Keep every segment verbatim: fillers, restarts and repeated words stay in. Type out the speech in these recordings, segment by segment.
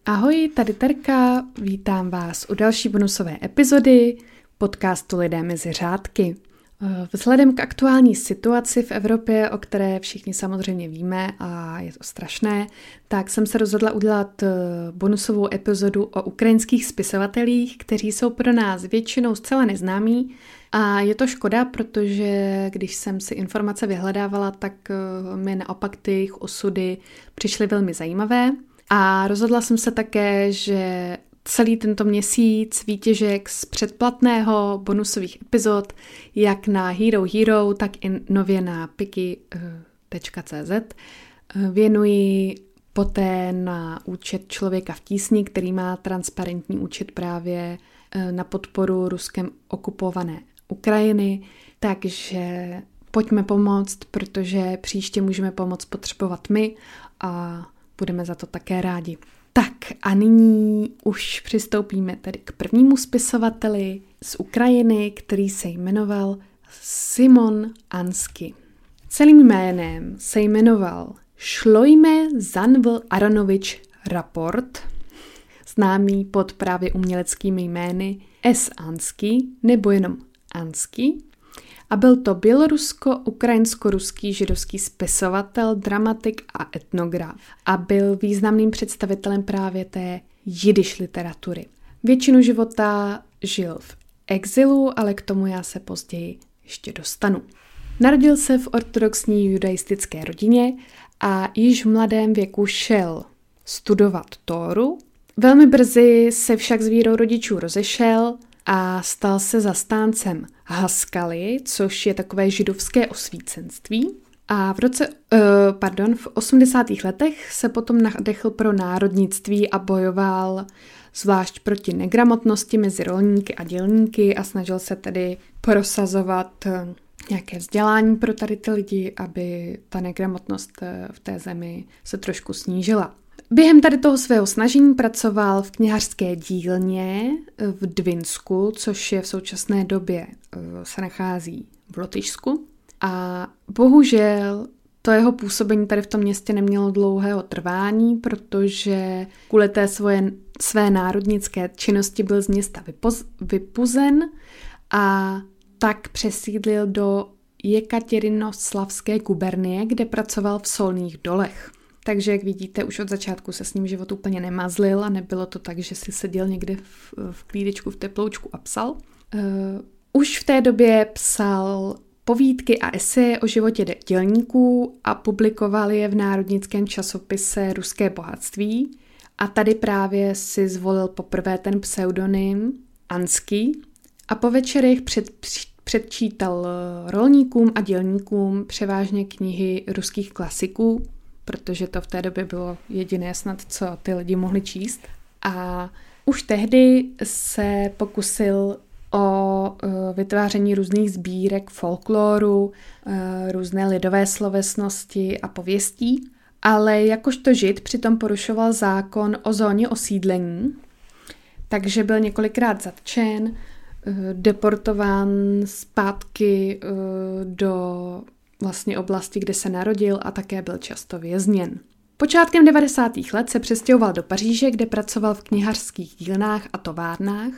Ahoj, tady Terka, vítám vás u další bonusové epizody podcastu Lidé mezi řádky. Vzhledem k aktuální situaci v Evropě, o které všichni samozřejmě víme a je to strašné, tak jsem se rozhodla udělat bonusovou epizodu o ukrajinských spisovatelích, kteří jsou pro nás většinou zcela neznámí. A je to škoda, protože když jsem si informace vyhledávala, tak mi naopak ty jejich osudy přišly velmi zajímavé. A rozhodla jsem se také, že celý tento měsíc výtěžek z předplatného bonusových epizod, jak na Hero Hero, tak i nově na piki tečka cé zet, věnuji poté na účet Člověka v tísni, který má transparentní účet právě na podporu Ruskem okupované Ukrajiny. Takže pojďme pomoct, protože příště můžeme pomoct potřebovat my a budeme za to také rádi. Tak a nyní už přistoupíme tedy k prvnímu spisovateli z Ukrajiny, který se jmenoval Simon Ansky. Celým jménem se jmenoval Šlojme Zanvl Aronovič Raport, známý pod právě uměleckými jmény S. Ansky nebo jenom Ansky, a byl to bělorusko-ukrajinsko-ruský židovský spisovatel, dramatik a etnograf a byl významným představitelem právě té jidiš literatury. Většinu života žil v exilu, ale k tomu já se později ještě dostanu. Narodil se v ortodoxní judaistické rodině a již v mladém věku šel studovat Tóru. Velmi brzy se však s vírou rodičů rozešel a stal se zastáncem Haskaly, což je takové židovské osvícenství. A v roce, uh, pardon, v osmdesátých letech se potom nadechl pro národnictví a bojoval zvlášť proti negramotnosti mezi rolníky a dělníky a snažil se tedy prosazovat nějaké vzdělání pro tady ty lidi, aby ta negramotnost v té zemi se trošku snížila. Během tady toho svého snažení pracoval v knihařské dílně v Dvinsku, což je v současné době se nachází v Lotyšsku. A bohužel to jeho působení tady v tom městě nemělo dlouhého trvání, protože kvůli té svoje, své národnické činnosti byl z města vypoz, vypuzen a tak přesídlil do Jekatěrinoslavské gubernie, kde pracoval v solných dolech. Takže, jak vidíte, už od začátku se s ním život úplně nemazlil a nebylo to tak, že si seděl někde v, v klídečku, v teploučku a psal. Uh, už v té době psal povídky a eseje o životě dělníků a publikoval je v národnickém časopise Ruské bohatství. A tady právě si zvolil poprvé ten pseudonym Ansky a po večerech před, předčítal rolníkům a dělníkům převážně knihy ruských klasiků, protože to v té době bylo jediné snad, co ty lidi mohli číst. A už tehdy se pokusil o vytváření různých sbírek folkloru, různé lidové slovesnosti a pověstí, ale jakožto žid přitom porušoval zákon o zóně osídlení, takže byl několikrát zatčen, deportován zpátky do vlastně oblasti, kde se narodil a také byl často vězněn. Počátkem devadesátých let se přestěhoval do Paříže, kde pracoval v knihařských dílnách a továrnách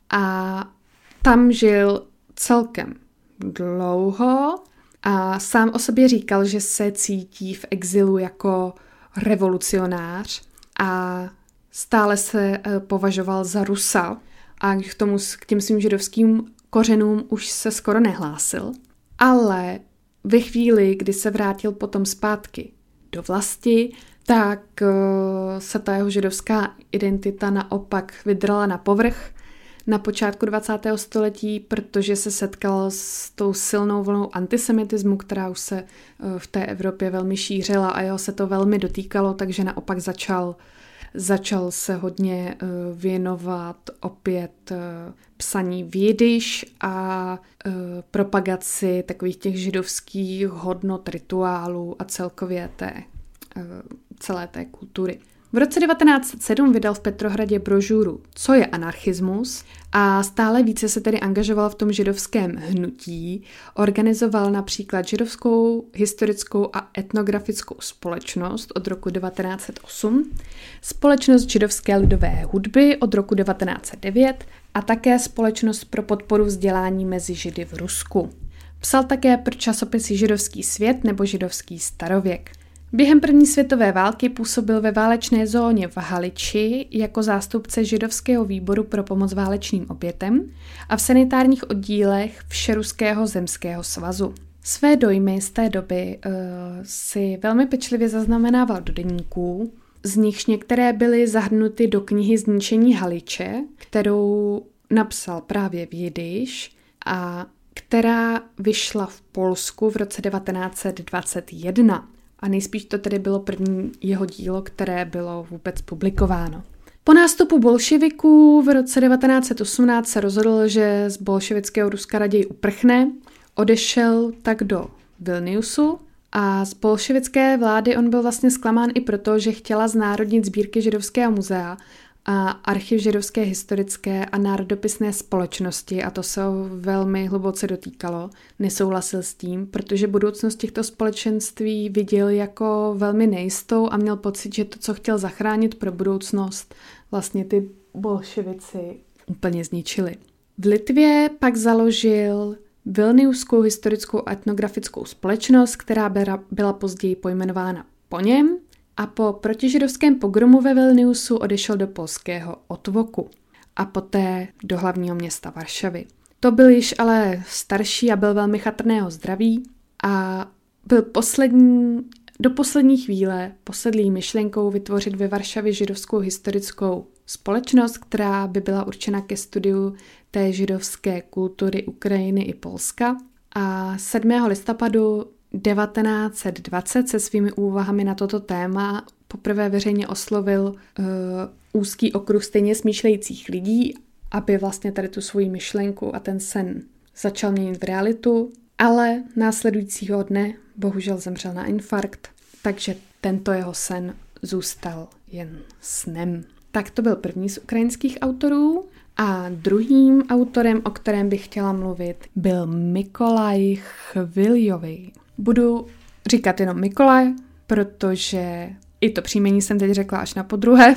a tam žil celkem dlouho a sám o sobě říkal, že se cítí v exilu jako revolucionář a stále se považoval za Rusa a k tomu, k těm svým židovským kořenům už se skoro nehlásil, ale ve chvíli, kdy se vrátil potom zpátky do vlasti, tak se ta jeho židovská identita naopak vydrala na povrch na počátku dvacátého století, protože se setkal s tou silnou vlnou antisemitismu, která už se v té Evropě velmi šířila a jeho se to velmi dotýkalo, takže naopak začal, začal se hodně věnovat opět psaní v jidiš a propagaci takových těch židovských hodnot, rituálů a celkově té, celé té kultury. V roce devatenáct set sedm vydal v Petrohradě brožuru Co je anarchismus a stále více se tedy angažoval v tom židovském hnutí. Organizoval například židovskou historickou a etnografickou společnost od roku devatenáct set osm, společnost židovské lidové hudby od roku devatenáct set devět a také společnost pro podporu vzdělání mezi Židy v Rusku. Psal také pro časopisy Židovský svět nebo Židovský starověk. Během první světové války působil ve válečné zóně v Haliči jako zástupce Židovského výboru pro pomoc válečným obětem a v sanitárních oddílech Všeruského zemského svazu. Své dojmy z té doby uh, si velmi pečlivě zaznamenával do deníků, z nichž některé byly zahrnuty do knihy Zničení Haliče, kterou napsal právě v jidiš a která vyšla v Polsku v roce devatenáct set dvacet jedna. A nejspíš to tedy bylo první jeho dílo, které bylo vůbec publikováno. Po nástupu bolševiků v roce devatenáct set osmnáct se rozhodl, že z bolševického Ruska raději uprchne, odešel tak do Vilniusu a z bolševické vlády on byl vlastně zklamán i proto, že chtěla znárodnit sbírky Židovského muzea a archiv Židovské historické a národopisné společnosti a to se ho velmi hluboce dotýkalo. Nesouhlasil s tím, protože budoucnost těchto společenství viděl jako velmi nejistou a měl pocit, že to, co chtěl zachránit pro budoucnost, vlastně ty bolševici úplně zničili. V Litvě pak založil Vilniuskou historickou a etnografickou společnost, která byla později pojmenována po něm, a po protižidovském pogromu ve Vilniusu odešel do polského Otwoku a poté do hlavního města Varšavy. To byl již ale starší a byl velmi chatrného zdraví a byl poslední, do poslední chvíle posedlý myšlenkou vytvořit ve Varšavě židovskou historickou společnost, která by byla určena ke studiu té židovské kultury Ukrajiny i Polska. A sedmého listopadu devatenáct set dvacet se svými úvahami na toto téma poprvé veřejně oslovil uh, úzký okruh stejně smýšlejících lidí, aby vlastně tady tu svoji myšlenku a ten sen začal měnit v realitu, ale následujícího dne bohužel zemřel na infarkt, takže tento jeho sen zůstal jen snem. Tak to byl první z ukrajinských autorů a druhým autorem, o kterém bych chtěla mluvit, byl Mikolaj Chviljový. Budu říkat jenom Mikolaj, protože i to příjmení jsem teď řekla až na podruhé.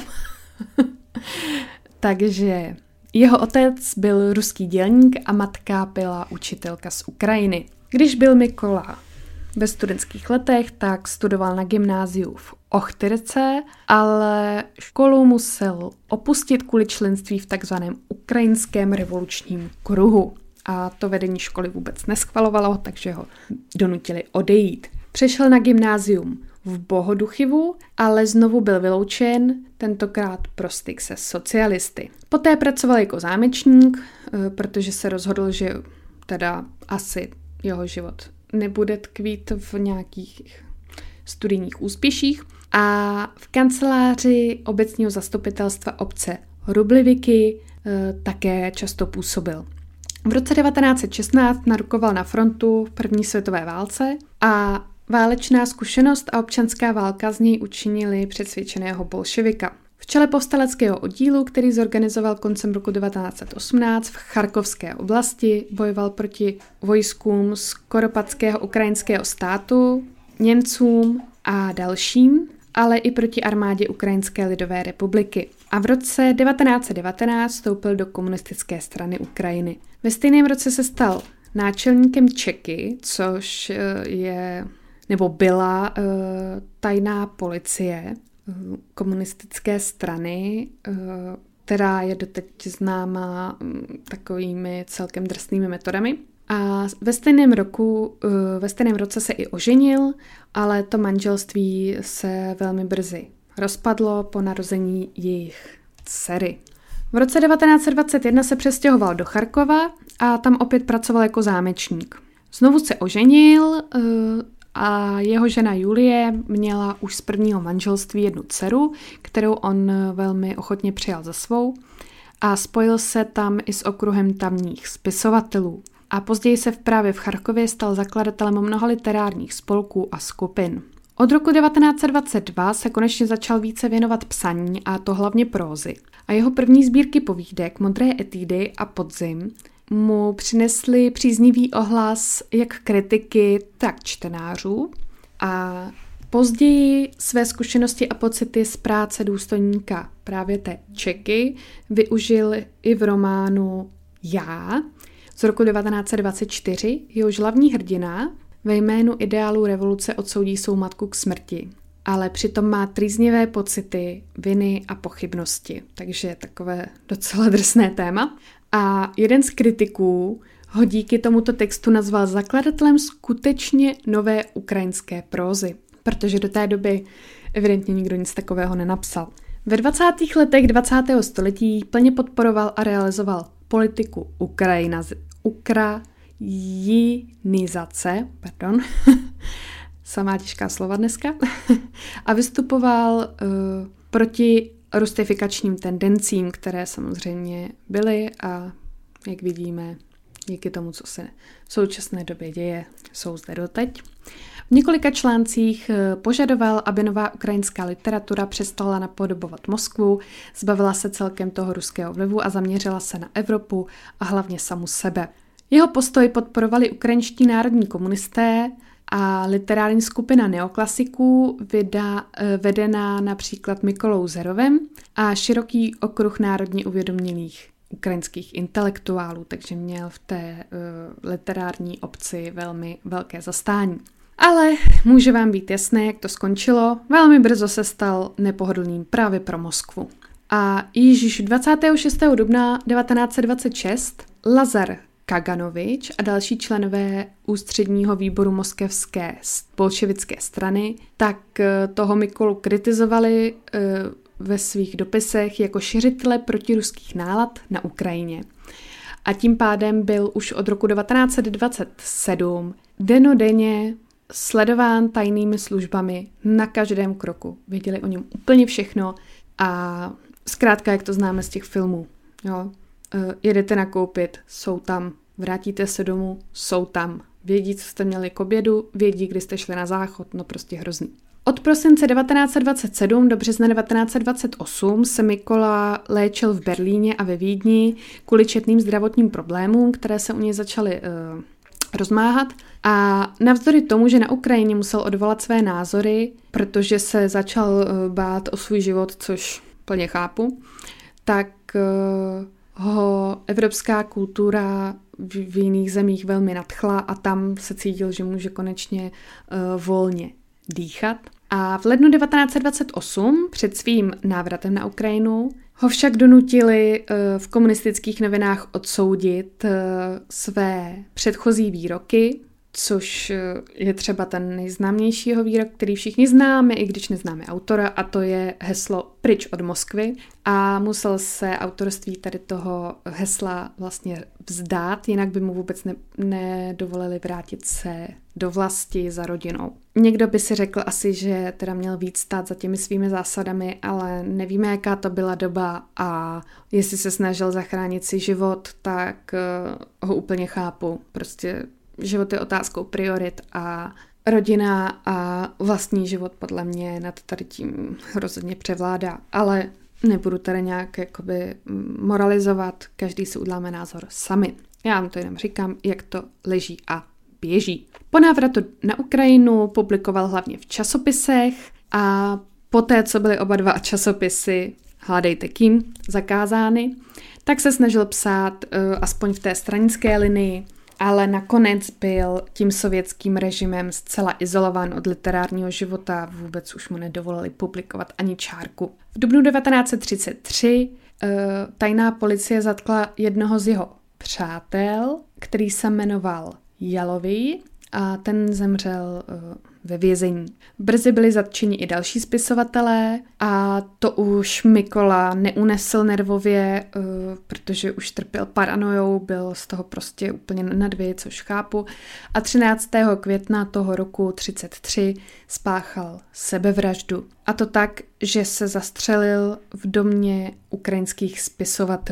Takže jeho otec byl ruský dělník a matka byla učitelka z Ukrajiny. Když byl Mikolaj ve studentských letech, tak studoval na gymnáziu v Ochtyrce, ale školu musel opustit kvůli členství v takzvaném ukrajinském revolučním kruhu. A to vedení školy vůbec neschvalovalo, takže ho donutili odejít. Přešel na gymnázium v Bohoduchivu, ale znovu byl vyloučen, tentokrát pro styk se socialisty. Poté pracoval jako zámečník, protože se rozhodl, že teda asi jeho život nebude tkvít v nějakých studijních úspěších. A v kanceláři obecního zastupitelstva obce Rubliviky také často působil. V roce devatenáct set šestnáct narukoval na frontu v první světové válce a válečná zkušenost a občanská válka z něj učinili přesvědčeného bolševika. V čele povstaleckého oddílu, který zorganizoval koncem roku devatenáct set osmnáct v Charkovské oblasti, bojoval proti vojskům Skoropatského ukrajinského státu, Němcům a dalším, ale i proti armádě Ukrajinské lidové republiky. A v roce devatenáct set devatenáct vstoupil do komunistické strany Ukrajiny. Ve stejném roce se stal náčelníkem Čeky, což je, nebo byla uh, tajná policie uh, komunistické strany, uh, která je doteď známá um, takovými celkem drsnými metodami. A ve stejném roku, uh, ve stejném roce se i oženil, ale to manželství se velmi brzy rozpadlo po narození jejich dcery. V roce devatenáct set dvacet jedna se přestěhoval do Charkova a tam opět pracoval jako zámečník. Znovu se oženil a jeho žena Julie měla už z prvního manželství jednu dceru, kterou on velmi ochotně přijal za svou a spojil se tam i s okruhem tamních spisovatelů. A později se právě v Charkově stal zakladatelem mnoha literárních spolků a skupin. Od roku devatenáct set dvacet dva se konečně začal více věnovat psaní, a to hlavně prózy. A jeho první sbírky povídek Modré etídy a Podzim mu přinesly příznivý ohlas jak kritiky, tak čtenářů. A později své zkušenosti a pocity z práce důstojníka právě té Čeky využil i v románu Já z roku devatenáct set dvacet čtyři, jehož hlavní hrdina ve jménu ideálu revoluce odsoudí svou matku k smrti, ale přitom má trýznivé pocity, viny a pochybnosti, takže takové docela drsné téma. A jeden z kritiků ho díky tomuto textu nazval zakladatelem skutečně nové ukrajinské prózy, protože do té doby evidentně nikdo nic takového nenapsal. Ve dvacátých letech dvacátého století plně podporoval a realizoval politiku Ukrajina, ukrajinizace, pardon, samá těžká slova dneska, a vystupoval uh, proti rustifikačním tendencím, které samozřejmě byly a jak vidíme, díky tomu, co se v současné době děje, jsou zde doteď. V několika článcích požadoval, aby nová ukrajinská literatura přestala napodobovat Moskvu, zbavila se celkem toho ruského vlivu a zaměřila se na Evropu a hlavně samu sebe. Jeho postoj podporovali ukrajinští národní komunisté a literární skupina neoklasiků vydá, vedená například Mykolou Zerovem a široký okruh národně uvědomělých ukrajinských intelektuálů, takže měl v té uh, literární obci velmi velké zastání. Ale může vám být jasné, jak to skončilo. Velmi brzo se stal nepohodlným právě pro Moskvu. A již dvacátého šestého dubna devatenáct set dvacet šest Lazar Kaganovič a další členové ústředního výboru moskevské bolševické strany tak toho Mykolu kritizovali uh, ve svých dopisech jako šiřitele protiruských nálad na Ukrajině. A tím pádem byl už od roku devatenáct set dvacet sedm dennodenně sledován tajnými službami na každém kroku. Věděli o něm úplně všechno a zkrátka, jak to známe z těch filmů. Jo? E, jedete nakoupit, jsou tam, vrátíte se domů, jsou tam. Vědí, co jste měli k obědu, vědí, kdy jste šli na záchod, no prostě hrozný. Od prosince devatenáct set dvacet sedm do března devatenáct set dvacet osm se Mykola léčil v Berlíně a ve Vídni kvůli četným zdravotním problémům, které se u něj začaly uh, rozmáhat. A navzdory tomu, že na Ukrajině musel odvolat své názory, protože se začal uh, bát o svůj život, což plně chápu, tak uh, ho evropská kultura v, v jiných zemích velmi nadchla a tam se cítil, že může konečně uh, volně dýchat. A v lednu devatenáct set dvacet osm, před svým návratem na Ukrajinu, ho však donutili v komunistických novinách odsoudit své předchozí výroky, což je třeba ten nejznámější jeho výrok, který všichni známe, i když neznáme autora, a to je heslo Pryč od Moskvy. A musel se autorství tady toho hesla vlastně vzdát, jinak by mu vůbec ne- nedovolili vrátit se do vlasti za rodinou. Někdo by si řekl asi, že teda měl víc stát za těmi svými zásadami, ale nevíme, jaká to byla doba a jestli se snažil zachránit si život, tak ho úplně chápu. Prostě život je otázkou priorit a rodina a vlastní život podle mě nad tady tím rozhodně převládá. Ale nebudu tady nějak jakoby moralizovat, každý si uděláme názor sami. Já vám to jenom říkám, jak to leží a běží. Po návratu na Ukrajinu publikoval hlavně v časopisech a poté, co byly oba dva časopisy, hádejte kým, zakázány, tak se snažil psát uh, aspoň v té stranické linii, ale nakonec byl tím sovětským režimem zcela izolován od literárního života, vůbec už mu nedovolili publikovat ani čárku. V dubnu devatenáct set třicet tři uh, tajná policie zatkla jednoho z jeho přátel, který se jmenoval Jalový a ten zemřel uh, ve vězení. Brzy byli zatčeni i další spisovatelé a to už Mykola neunesl nervově, uh, protože už trpěl paranojou, byl z toho prostě úplně nadvě, což chápu. A třináctého května toho roku třicet tři spáchal sebevraždu. A to tak, že se zastřelil v domě ukrajinských spisovatelů.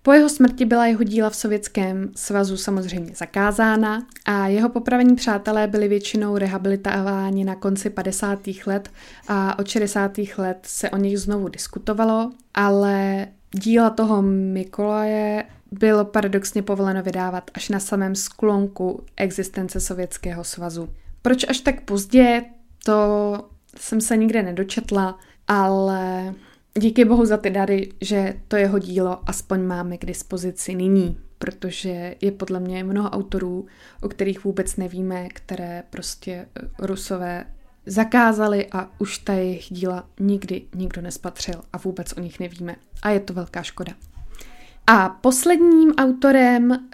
Po jeho smrti byla jeho díla v Sovětském svazu samozřejmě zakázána a jeho popravení přátelé byli většinou rehabilitováni na konci padesátých let a od šedesátých let se o nich znovu diskutovalo, ale díla toho Mikolaje bylo paradoxně povoleno vydávat až na samém sklonku existence Sovětského svazu. Proč až tak pozdě, to jsem se nikde nedočetla, ale díky bohu za ty dary, že to jeho dílo aspoň máme k dispozici nyní, protože je podle mě mnoho autorů, o kterých vůbec nevíme, které prostě Rusové zakázali a už ta jejich díla nikdy nikdo nespatřil a vůbec o nich nevíme. A je to velká škoda. A posledním autorem uh,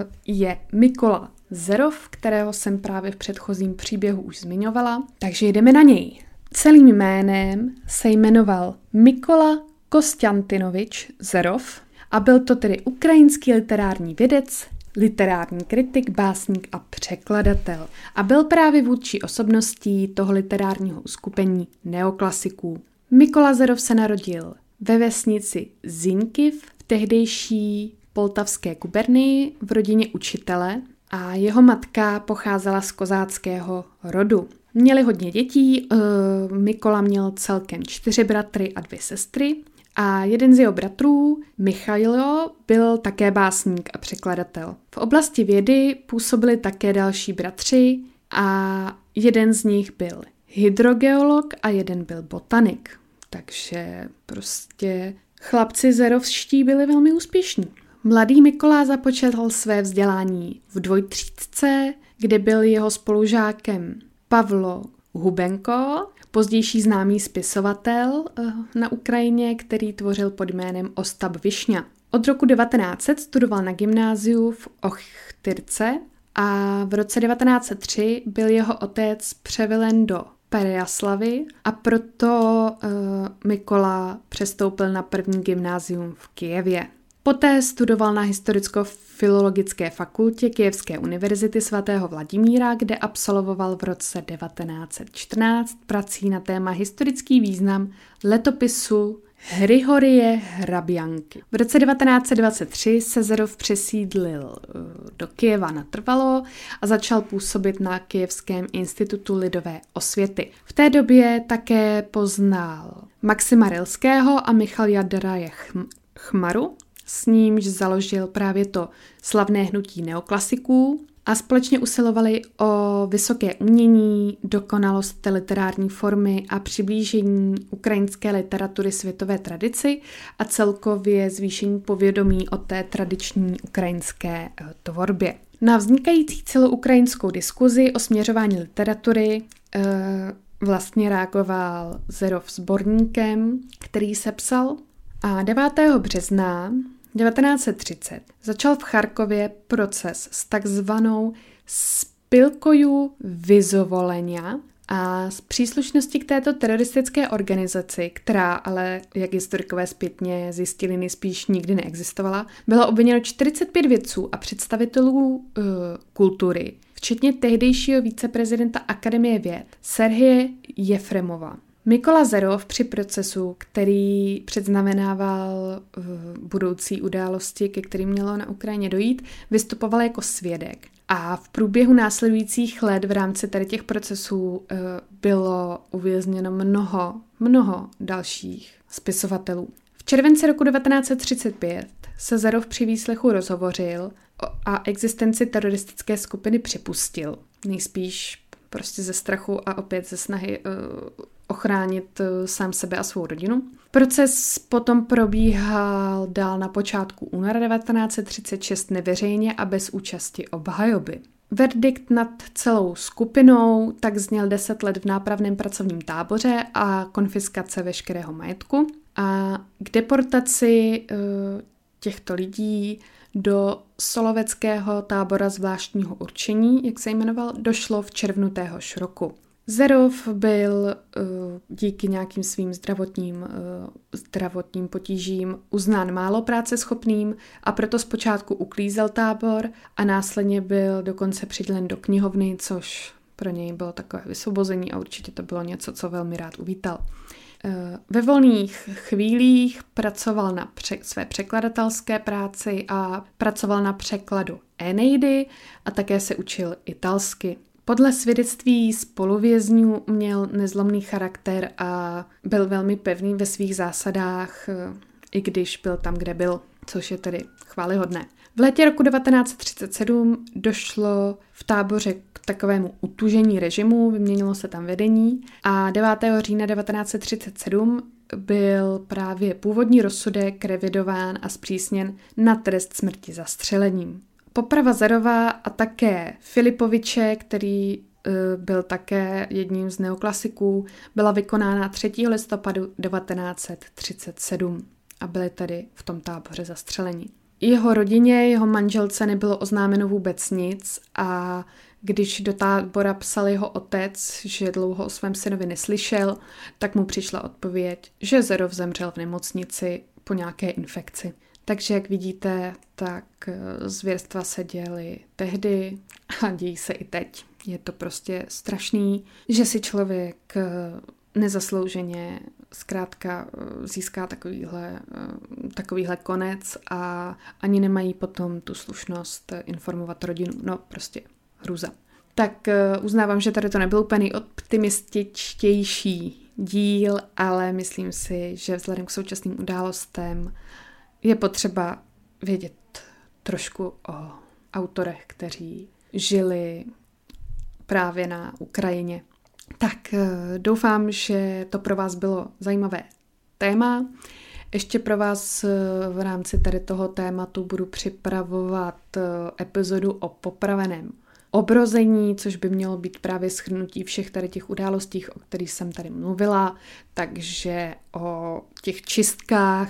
je Mykola Zerov, kterého jsem právě v předchozím příběhu už zmiňovala, takže jdeme na něj. Celým jménem se jmenoval Mykola Kostjantinovič Zerov a byl to tedy ukrajinský literární vědec, literární kritik, básník a překladatel. A byl právě vůdčí osobností toho literárního uskupení neoklasiků. Mykola Zerov se narodil ve vesnici Zinkiv v tehdejší Poltavské gubernii v rodině učitele a jeho matka pocházela z kozáckého rodu. Měli hodně dětí, Mykola měl celkem čtyři bratry a dvě sestry a jeden z jeho bratrů, Michailo, byl také básník a překladatel. V oblasti vědy působili také další bratři a jeden z nich byl hydrogeolog a jeden byl botanik. Takže prostě chlapci zerovští byli velmi úspěšní. Mladý Mykola započal své vzdělání v dvojtřídce, kde byl jeho spolužákem Pavlo Hubenko, pozdější známý spisovatel na Ukrajině, který tvořil pod jménem Ostap Višňa. Od roku devatenáct set studoval na gymnáziu v Ochtyrce a v roce devatenáct set tři byl jeho otec převelen do Pereaslavy a proto uh, Mykola přestoupil na první gymnázium v Kyjevě. Poté studoval na historicko-filologické fakultě Kyjevské univerzity svatého Vladimíra, kde absolvoval v roce devatenáct set čtrnáct prací na téma historický význam letopisu Hryhorie Hrabjanky. V roce devatenáct set dvacet tři se Zerov přesídlil do Kyjeva natrvalo a začal působit na Kyjevském institutu lidové osvěty. V té době také poznal Maxima Rylského a Michala Daraje Chmaru, s nímž založil právě to slavné hnutí neoklasiků a společně usilovali o vysoké umění, dokonalost literární formy a přiblížení ukrajinské literatury světové tradici a celkově zvýšení povědomí o té tradiční ukrajinské tvorbě. Na vznikající celoukrajinskou diskuzi o směřování literatury e, vlastně reagoval Zerov sborníkem, který sepsal a devátého března devatenáct set třicet začal v Charkově proces s takzvanou Spilkoju Vyzovolenia a z příslušnosti k této teroristické organizaci, která ale, jak historikové zpětně zjistili, nejspíš nikdy neexistovala, bylo obviněno čtyřicet pět vědců a představitelů uh, kultury, včetně tehdejšího viceprezidenta Akademie věd Sergeje Jefremova. Mykola Zerov při procesu, který předznamenával budoucí události, ke kterým mělo na Ukrajině dojít, vystupoval jako svědek. A v průběhu následujících let v rámci tady těch procesů bylo uvězněno mnoho, mnoho dalších spisovatelů. V červenci roku devatenáct set třicet pět se Zerov při výslechu rozhovořil a existenci teroristické skupiny připustil. Nejspíš prostě ze strachu a opět ze snahy uh, ochránit uh, sám sebe a svou rodinu. Proces potom probíhal dál na počátku února devatenáct set třicet šest neveřejně a bez účasti obhajoby. Verdikt nad celou skupinou tak zněl deset let v nápravném pracovním táboře a konfiskace veškerého majetku. A k deportaci uh, těchto lidí do Soloveckého tábora zvláštního určení, jak se jmenoval, došlo v červnu téhož roku. Zerov byl uh, díky nějakým svým zdravotním, uh, zdravotním potížím uznán málo práce schopným a proto zpočátku uklízel tábor a následně byl dokonce přidělen do knihovny, což pro něj bylo takové vysvobození a určitě to bylo něco, co velmi rád uvítal. Ve volných chvílích pracoval na pře- své překladatelské práci a pracoval na překladu Eneidy a také se učil italsky. Podle svědectví spoluvězňů měl nezlomný charakter a byl velmi pevný ve svých zásadách, i když byl tam, kde byl, což je tedy chvályhodné. V létě roku devatenáct třicet sedm došlo v táboře k takovému utužení režimu, vyměnilo se tam vedení a devátého října devatenáct třicet sedm byl právě původní rozsudek revidován a zpřísněn na trest smrti zastřelením. Poprava Zerova a také Filipoviče, který uh, byl také jedním z neoklasiků, byla vykonána třetího listopadu devatenáct třicet sedm a byli tedy v tom táboře zastřeleni. Jeho rodině, jeho manželce nebylo oznámeno vůbec nic a když do tábora psal jeho otec, že dlouho o svém synovi neslyšel, tak mu přišla odpověď, že Zerov zemřel v nemocnici po nějaké infekci. Takže jak vidíte, tak zvěrstva se děly tehdy a dějí se i teď. Je to prostě strašný, že si člověk nezaslouženě zkrátka získá takovýhle, takovýhle konec a ani nemají potom tu slušnost informovat rodinu. No prostě hruza. Tak uznávám, že tady to nebyl úplně nejoptimističtější díl, ale myslím si, že vzhledem k současným událostem je potřeba vědět trošku o autorech, kteří žili právě na Ukrajině. Tak doufám, že to pro vás bylo zajímavé téma. Ještě pro vás v rámci tady toho tématu budu připravovat epizodu o popraveném obrození, což by mělo být právě shrnutí všech tady těch událostí, o kterých jsem tady mluvila, takže o těch čistkách,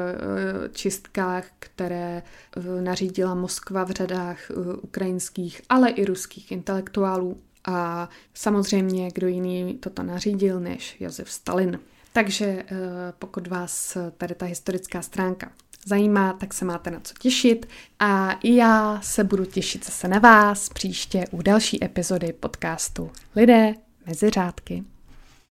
čistkách, které nařídila Moskva v řadách ukrajinských, ale i ruských intelektuálů. A samozřejmě, kdo jiný toto nařídil než Josef Stalin. Takže pokud vás tady ta historická stránka zajímá, tak se máte na co těšit a já se budu těšit zase na vás příště u další epizody podcastu Lidé mezi řádky.